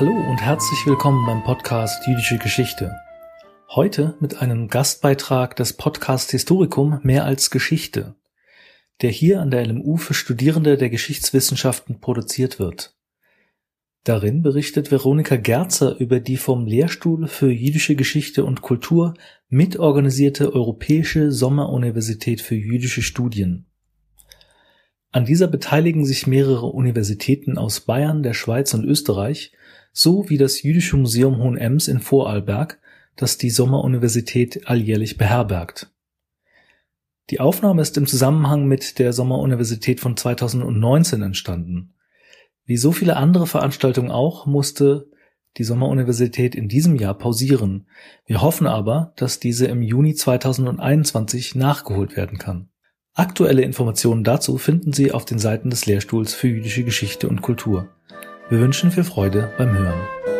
Hallo und herzlich willkommen beim Podcast Jüdische Geschichte. Heute mit einem Gastbeitrag des Podcast Historikum Mehr als Geschichte, der hier an der LMU für Studierende der Geschichtswissenschaften produziert wird. Darin berichtet Veronika Gerzer über die vom Lehrstuhl für Jüdische Geschichte und Kultur mitorganisierte Europäische Sommeruniversität für jüdische Studien. An dieser beteiligen sich mehrere Universitäten aus Bayern, der Schweiz und Österreich, sowie das Jüdische Museum Hohenems in Vorarlberg, das die Sommeruniversität alljährlich beherbergt. Die Aufnahme ist im Zusammenhang mit der Sommeruniversität von 2019 entstanden. Wie so viele andere Veranstaltungen auch, musste die Sommeruniversität in diesem Jahr pausieren. Wir hoffen aber, dass diese im Juni 2021 nachgeholt werden kann. Aktuelle Informationen dazu finden Sie auf den Seiten des Lehrstuhls für Jüdische Geschichte und Kultur. Wir wünschen viel Freude beim Hören.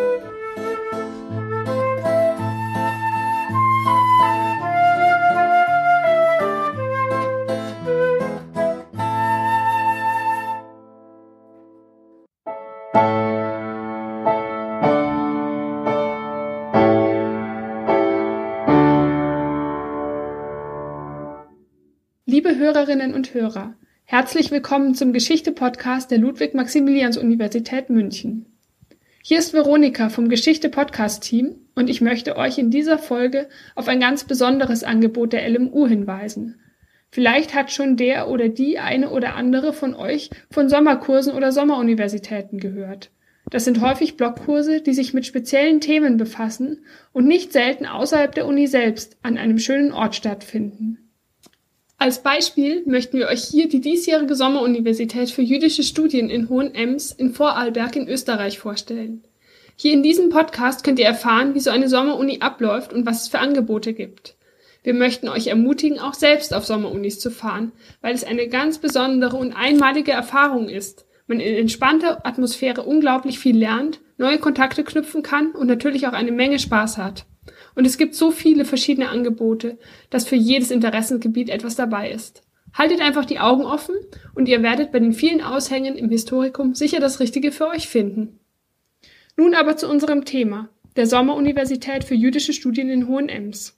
Liebe Hörerinnen und Hörer, herzlich willkommen zum Geschichte-Podcast der Ludwig-Maximilians-Universität München. Hier ist Veronika vom Geschichte-Podcast-Team und ich möchte euch in dieser Folge auf ein ganz besonderes Angebot der LMU hinweisen. Vielleicht hat schon der oder die eine oder andere von euch von Sommerkursen oder Sommeruniversitäten gehört. Das sind häufig Blockkurse, die sich mit speziellen Themen befassen und nicht selten außerhalb der Uni selbst an einem schönen Ort stattfinden. Als Beispiel möchten wir euch hier die diesjährige Sommeruniversität für jüdische Studien in Hohenems in Vorarlberg in Österreich vorstellen. Hier in diesem Podcast könnt ihr erfahren, wie so eine Sommeruni abläuft und was es für Angebote gibt. Wir möchten euch ermutigen, auch selbst auf Sommerunis zu fahren, weil es eine ganz besondere und einmalige Erfahrung ist. Man in entspannter Atmosphäre unglaublich viel lernt, neue Kontakte knüpfen kann und natürlich auch eine Menge Spaß hat. Und es gibt so viele verschiedene Angebote, dass für jedes Interessengebiet etwas dabei ist. Haltet einfach die Augen offen und ihr werdet bei den vielen Aushängen im Historikum sicher das Richtige für euch finden. Nun aber zu unserem Thema, der Sommeruniversität für jüdische Studien in Hohenems.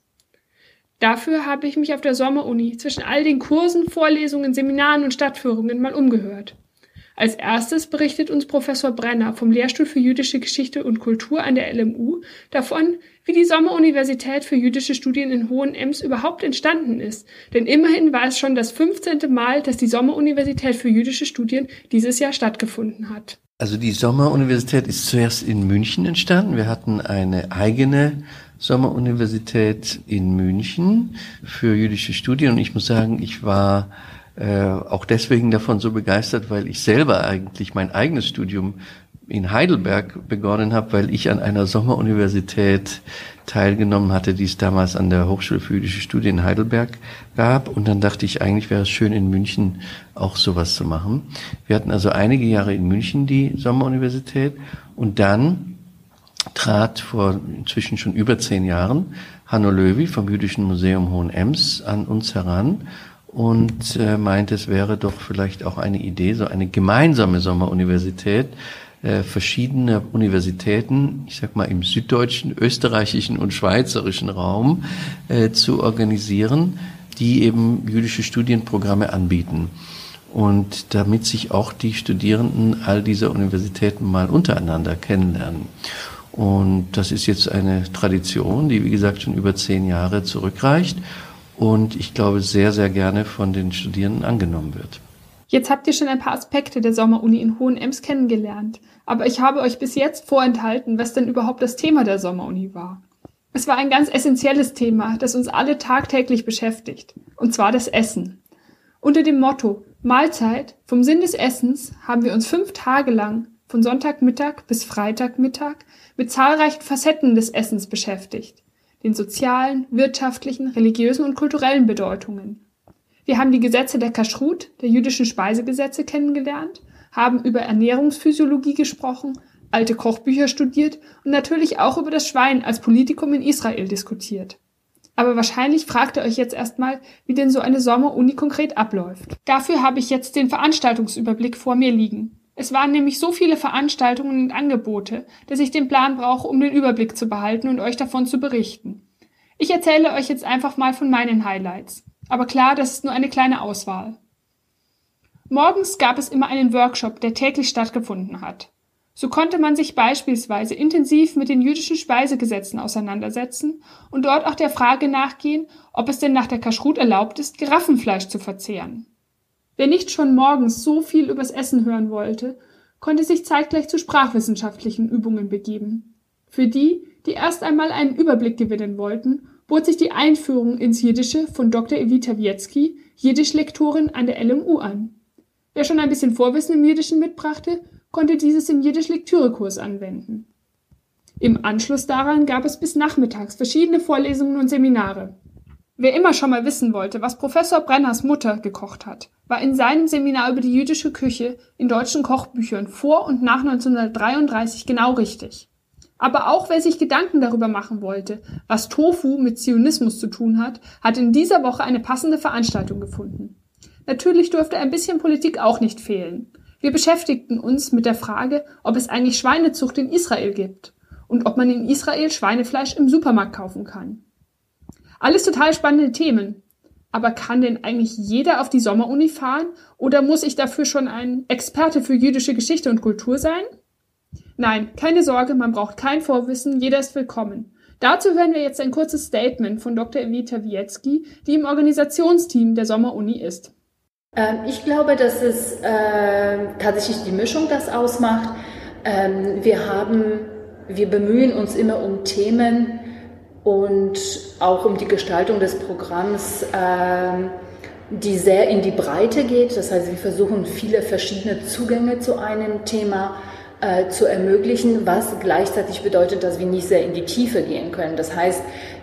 Dafür habe ich mich auf der Sommeruni zwischen all den Kursen, Vorlesungen, Seminaren und Stadtführungen mal umgehört. Als erstes berichtet uns Professor Brenner vom Lehrstuhl für Jüdische Geschichte und Kultur an der LMU davon, wie die Sommeruniversität für jüdische Studien in Hohenems überhaupt entstanden ist. Denn immerhin war es schon das 15. Mal, dass die Sommeruniversität für jüdische Studien dieses Jahr stattgefunden hat. Also die Sommeruniversität ist zuerst in München entstanden. Wir hatten eine eigene Sommeruniversität in München für jüdische Studien und ich muss sagen, ich war auch deswegen davon so begeistert, weil ich selber eigentlich mein eigenes Studium in Heidelberg begonnen habe, weil ich an einer Sommeruniversität teilgenommen hatte, die es damals an der Hochschule für jüdische Studien in Heidelberg gab. Und dann dachte ich, eigentlich wäre es schön, in München auch sowas zu machen. Wir hatten also einige Jahre in München die Sommeruniversität und dann trat vor inzwischen schon über 10 Jahren Hanno Löwy vom Jüdischen Museum Hohenems an uns heran und meinte, es wäre doch vielleicht auch eine Idee, so eine gemeinsame Sommeruniversität verschiedener Universitäten, ich sag mal im süddeutschen, österreichischen und schweizerischen Raum zu organisieren, die eben jüdische Studienprogramme anbieten. Und damit sich auch die Studierenden all dieser Universitäten mal untereinander kennenlernen. Und das ist jetzt eine Tradition, die wie gesagt schon über 10 Jahre zurückreicht. Und ich glaube, sehr, sehr gerne von den Studierenden angenommen wird. Jetzt habt ihr schon ein paar Aspekte der Sommeruni in Hohenems kennengelernt, aber ich habe euch bis jetzt vorenthalten, was denn überhaupt das Thema der Sommeruni war. Es war ein ganz essentielles Thema, das uns alle tagtäglich beschäftigt, und zwar das Essen. Unter dem Motto Mahlzeit vom Sinn des Essens haben wir uns 5 Tage lang, von Sonntagmittag bis Freitagmittag, mit zahlreichen Facetten des Essens beschäftigt. Den sozialen, wirtschaftlichen, religiösen und kulturellen Bedeutungen. Wir haben die Gesetze der Kashrut, der jüdischen Speisegesetze, kennengelernt, haben über Ernährungsphysiologie gesprochen, alte Kochbücher studiert und natürlich auch über das Schwein als Politikum in Israel diskutiert. Aber wahrscheinlich fragt ihr euch jetzt erstmal, wie denn so eine Sommeruni konkret abläuft. Dafür habe ich jetzt den Veranstaltungsüberblick vor mir liegen. Es waren nämlich so viele Veranstaltungen und Angebote, dass ich den Plan brauche, um den Überblick zu behalten und euch davon zu berichten. Ich erzähle euch jetzt einfach mal von meinen Highlights. Aber klar, das ist nur eine kleine Auswahl. Morgens gab es immer einen Workshop, der täglich stattgefunden hat. So konnte man sich beispielsweise intensiv mit den jüdischen Speisegesetzen auseinandersetzen und dort auch der Frage nachgehen, ob es denn nach der Kashrut erlaubt ist, Giraffenfleisch zu verzehren. Wer nicht schon morgens so viel übers Essen hören wollte, konnte sich zeitgleich zu sprachwissenschaftlichen Übungen begeben. Für die, die erst einmal einen Überblick gewinnen wollten, bot sich die Einführung ins Jiddische von Dr. Evita Wietzki, Jiddischlektorin an der LMU an. Wer schon ein bisschen Vorwissen im Jiddischen mitbrachte, konnte dieses im Jiddisch-Lektürekurs anwenden. Im Anschluss daran gab es bis nachmittags verschiedene Vorlesungen und Seminare. Wer immer schon mal wissen wollte, was Professor Brenners Mutter gekocht hat, war in seinem Seminar über die jüdische Küche in deutschen Kochbüchern vor und nach 1933 genau richtig. Aber auch wer sich Gedanken darüber machen wollte, was Tofu mit Zionismus zu tun hat, hat in dieser Woche eine passende Veranstaltung gefunden. Natürlich durfte ein bisschen Politik auch nicht fehlen. Wir beschäftigten uns mit der Frage, ob es eigentlich Schweinezucht in Israel gibt und ob man in Israel Schweinefleisch im Supermarkt kaufen kann. Alles total spannende Themen. Aber kann denn eigentlich jeder auf die Sommeruni fahren oder muss ich dafür schon ein Experte für jüdische Geschichte und Kultur sein? Nein, keine Sorge, man braucht kein Vorwissen, jeder ist willkommen. Dazu hören wir jetzt ein kurzes Statement von Dr. Evita Wietzki, die im Organisationsteam der Sommeruni ist. Ich glaube, dass es tatsächlich die Mischung das ausmacht. Wir bemühen uns immer um Themen und auch um die Gestaltung des Programms, die sehr in die Breite geht. Das heißt, wir versuchen viele verschiedene Zugänge zu einem Thema zu ermöglichen, was gleichzeitig bedeutet, dass wir nicht sehr in die Tiefe gehen können. Das heißt,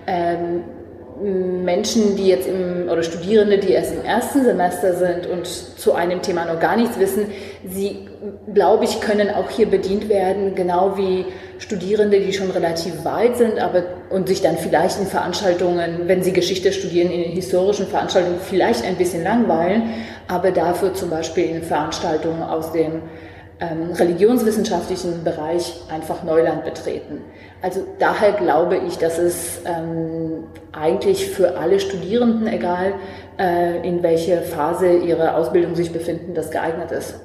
Menschen, die jetzt oder Studierende, die erst im ersten Semester sind und zu einem Thema noch gar nichts wissen, sie, glaube ich, können auch hier bedient werden, genau wie Studierende, die schon relativ weit sind, und sich dann vielleicht in Veranstaltungen, wenn sie Geschichte studieren, in den historischen Veranstaltungen vielleicht ein bisschen langweilen, aber dafür zum Beispiel in Veranstaltungen aus dem religionswissenschaftlichen Bereich einfach Neuland betreten. Also daher glaube ich, dass es eigentlich für alle Studierenden, egal in welcher Phase ihrer Ausbildung sich befinden, das geeignet ist.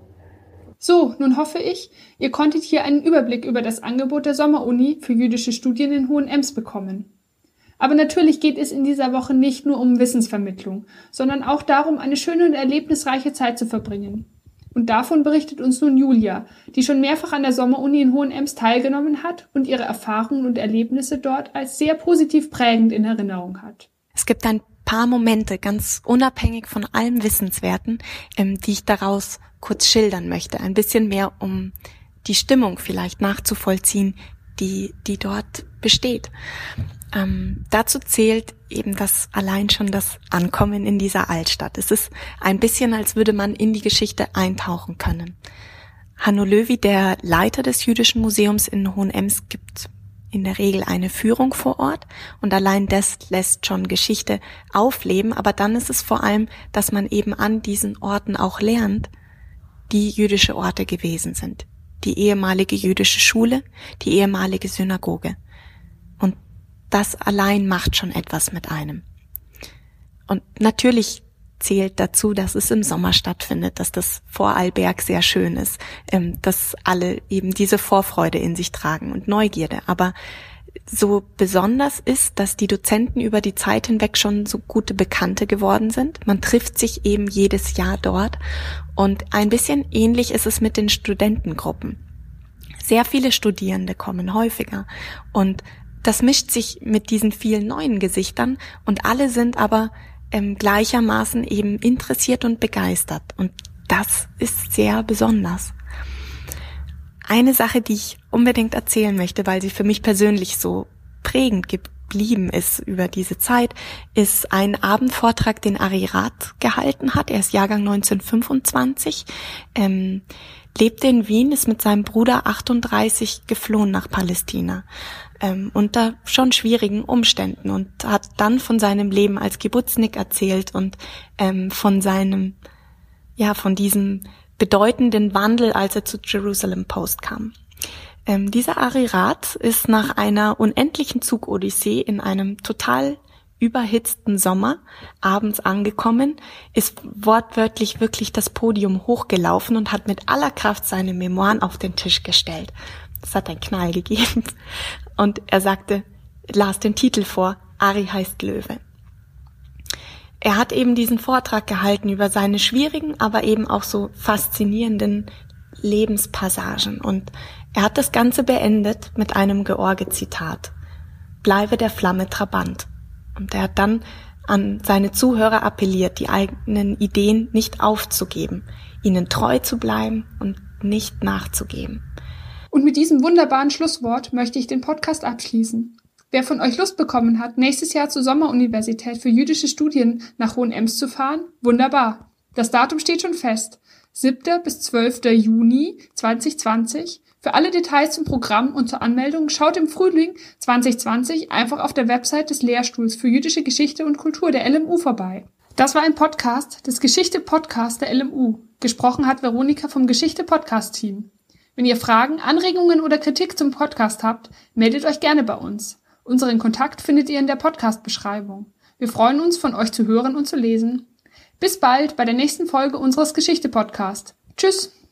So, nun hoffe ich, ihr konntet hier einen Überblick über das Angebot der Sommeruni für jüdische Studien in Hohenems bekommen. Aber natürlich geht es in dieser Woche nicht nur um Wissensvermittlung, sondern auch darum, eine schöne und erlebnisreiche Zeit zu verbringen. Und davon berichtet uns nun Julia, die schon mehrfach an der Sommeruni in Hohenems teilgenommen hat und ihre Erfahrungen und Erlebnisse dort als sehr positiv prägend in Erinnerung hat. Es gibt ein paar Momente, ganz unabhängig von allem Wissenswerten, die ich daraus kurz schildern möchte. Ein bisschen mehr, um die Stimmung vielleicht nachzuvollziehen, die dort besteht. Dazu zählt eben allein schon das Ankommen in dieser Altstadt. Es ist ein bisschen, als würde man in die Geschichte eintauchen können. Hanno Löwy, der Leiter des Jüdischen Museums in Hohenems, gibt in der Regel eine Führung vor Ort und allein das lässt schon Geschichte aufleben. Aber dann ist es vor allem, dass man eben an diesen Orten auch lernt, die jüdische Orte gewesen sind. Die ehemalige jüdische Schule, die ehemalige Synagoge. Und das allein macht schon etwas mit einem. Und natürlich zählt dazu, dass es im Sommer stattfindet, dass das Vorarlberg sehr schön ist, dass alle eben diese Vorfreude in sich tragen und Neugierde. Aber so besonders ist, dass die Dozenten über die Zeit hinweg schon so gute Bekannte geworden sind. Man trifft sich eben jedes Jahr dort. Und ein bisschen ähnlich ist es mit den Studentengruppen. Sehr viele Studierende kommen häufiger und das mischt sich mit diesen vielen neuen Gesichtern und alle sind aber gleichermaßen eben interessiert und begeistert und das ist sehr besonders. Eine Sache, die ich unbedingt erzählen möchte, weil sie für mich persönlich so prägend geblieben ist über diese Zeit, ist ein Abendvortrag, den Ari Rath gehalten hat. Er ist Jahrgang 1925, lebte in Wien, ist mit seinem Bruder 38 geflohen nach Palästina. Unter schon schwierigen Umständen und hat dann von seinem Leben als Kibbutznik erzählt und von diesem bedeutenden Wandel, als er zu Jerusalem Post kam. Dieser Arirat ist nach einer unendlichen Zugodyssee in einem total überhitzten Sommer abends angekommen, ist wortwörtlich wirklich das Podium hochgelaufen und hat mit aller Kraft seine Memoiren auf den Tisch gestellt. Das hat einen Knall gegeben. Und er las den Titel vor, Ari heißt Löwe. Er hat eben diesen Vortrag gehalten über seine schwierigen, aber eben auch so faszinierenden Lebenspassagen. Und er hat das Ganze beendet mit einem George-Zitat. Bleibe der Flamme Trabant. Und er hat dann an seine Zuhörer appelliert, die eigenen Ideen nicht aufzugeben, ihnen treu zu bleiben und nicht nachzugeben. Und mit diesem wunderbaren Schlusswort möchte ich den Podcast abschließen. Wer von euch Lust bekommen hat, nächstes Jahr zur Sommeruniversität für jüdische Studien nach Hohenems zu fahren, wunderbar. Das Datum steht schon fest. 7. bis 12. Juni 2020. Für alle Details zum Programm und zur Anmeldung schaut im Frühling 2020 einfach auf der Website des Lehrstuhls für jüdische Geschichte und Kultur der LMU vorbei. Das war ein Podcast des Geschichte-Podcasts der LMU. Gesprochen hat Veronika vom Geschichte-Podcast-Team. Wenn ihr Fragen, Anregungen oder Kritik zum Podcast habt, meldet euch gerne bei uns. Unseren Kontakt findet ihr in der Podcast-Beschreibung. Wir freuen uns, von euch zu hören und zu lesen. Bis bald bei der nächsten Folge unseres Geschichte-Podcasts. Tschüss!